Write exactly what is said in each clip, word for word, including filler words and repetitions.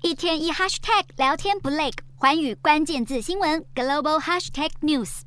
一天一 hashtag 聊天不累，寰宇关键字新闻 global hashtag news。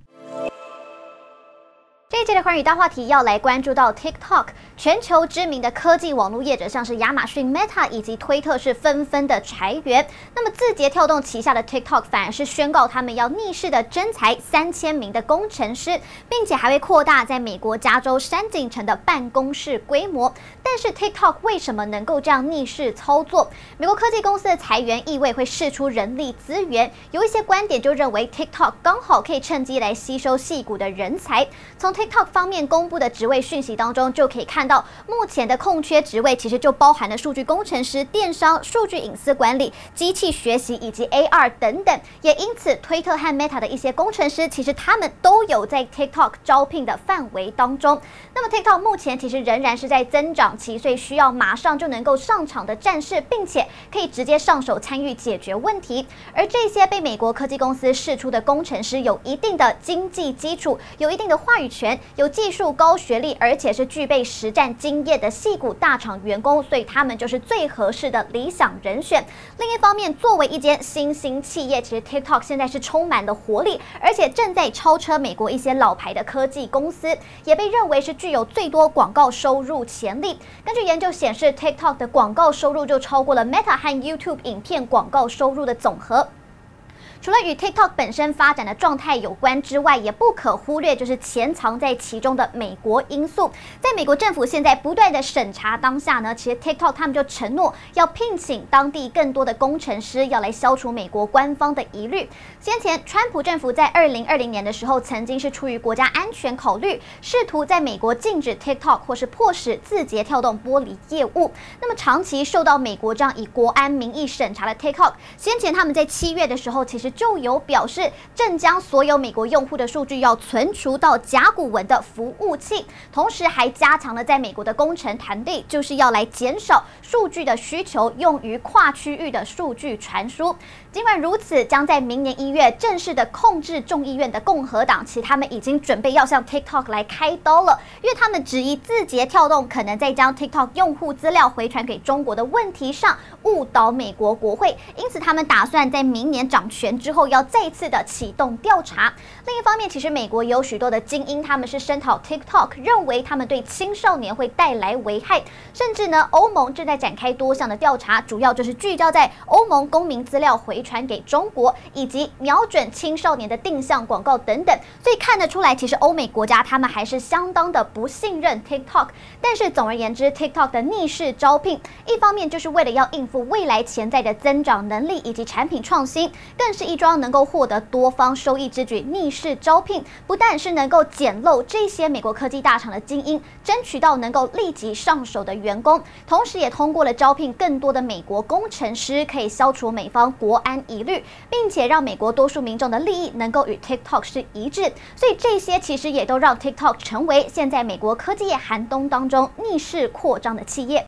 这一节的寰宇大话题要来关注到 TikTok， 全球知名的科技网络业者像是亚马逊、Meta 以及推特是纷纷的裁员。那么字节跳动旗下的 TikTok 反而是宣告他们要逆势的征才三千名的工程师，并且还会扩大在美国加州山景城的办公室规模。但是 TikTok 为什么能够这样逆势操作？美国科技公司的裁员意味会释出人力资源，有一些观点就认为 TikTok 刚好可以趁机来吸收矽谷的人才。从 TikTok 方面公布的职位讯息当中，就可以看到目前的空缺职位其实就包含了数据工程师、电商、数据隐私管理、机器学习以及 A R 等等。也因此，推特和 Meta 的一些工程师，其实他们都有在 TikTok 招聘的范围当中。那么 TikTok 目前其实仍然是在增长期，所以需要马上就能够上场的战士，并且可以直接上手参与解决问题。而这些被美国科技公司释出的工程师，有一定的经济基础，有一定的话语权，有技术、高学历，而且是具备实战经验的矽谷大厂员工，所以他们就是最合适的理想人选。另一方面，作为一间新兴企业，其实 TikTok 现在是充满了活力，而且正在超车美国一些老牌的科技公司，也被认为是具有最多广告收入潜力。根据研究显示 ，TikTok 的广告收入就超过了 Meta 和 YouTube 影片广告收入的总和。除了与 TikTok 本身发展的状态有关之外，也不可忽略就是潜藏在其中的美国因素。在美国政府现在不断的审查当下呢，其实 TikTok 他们就承诺要聘请当地更多的工程师，要来消除美国官方的疑虑。先前川普政府在二零二零年的时候，曾经是出于国家安全考虑，试图在美国禁止 TikTok 或是迫使字节跳动剥离业务。那么长期受到美国这样以国安名义审查的 TikTok， 先前他们在七月的时候，其实就有表示正将所有美国用户的数据要存储到甲骨文的服务器，同时还加强了在美国的工程团队，就是要来减少数据的需求，用于跨区域的数据传输。尽管如此，将在明年一月正式的控制众议院的共和党，其实他们已经准备要向 TikTok 来开刀了，因为他们质疑字节跳动可能在将 TikTok 用户资料回传给中国的问题上误导美国国会，因此他们打算在明年掌权之后要再次的启动调查。另一方面，其实美国有许多的精英，他们是声讨 TikTok， 认为他们对青少年会带来危害，甚至呢，欧盟正在展开多项的调查，主要就是聚焦在欧盟公民资料回传给中国，以及瞄准青少年的定向广告等等。所以看得出来，其实欧美国家他们还是相当的不信任 TikTok。但是总而言之 ，TikTok 的逆势招聘，一方面就是为了要应付未来潜在的增长能力以及产品创新，更是一桩能够获得多方收益之举。逆势招聘不但是能够捡漏这些美国科技大厂的精英，争取到能够立即上手的员工，同时也通过了招聘更多的美国工程师，可以消除美方国安疑虑，并且让美国多数民众的利益能够与 TikTok 是一致。所以这些其实也都让 TikTok 成为现在美国科技业寒冬当中逆势扩张的企业。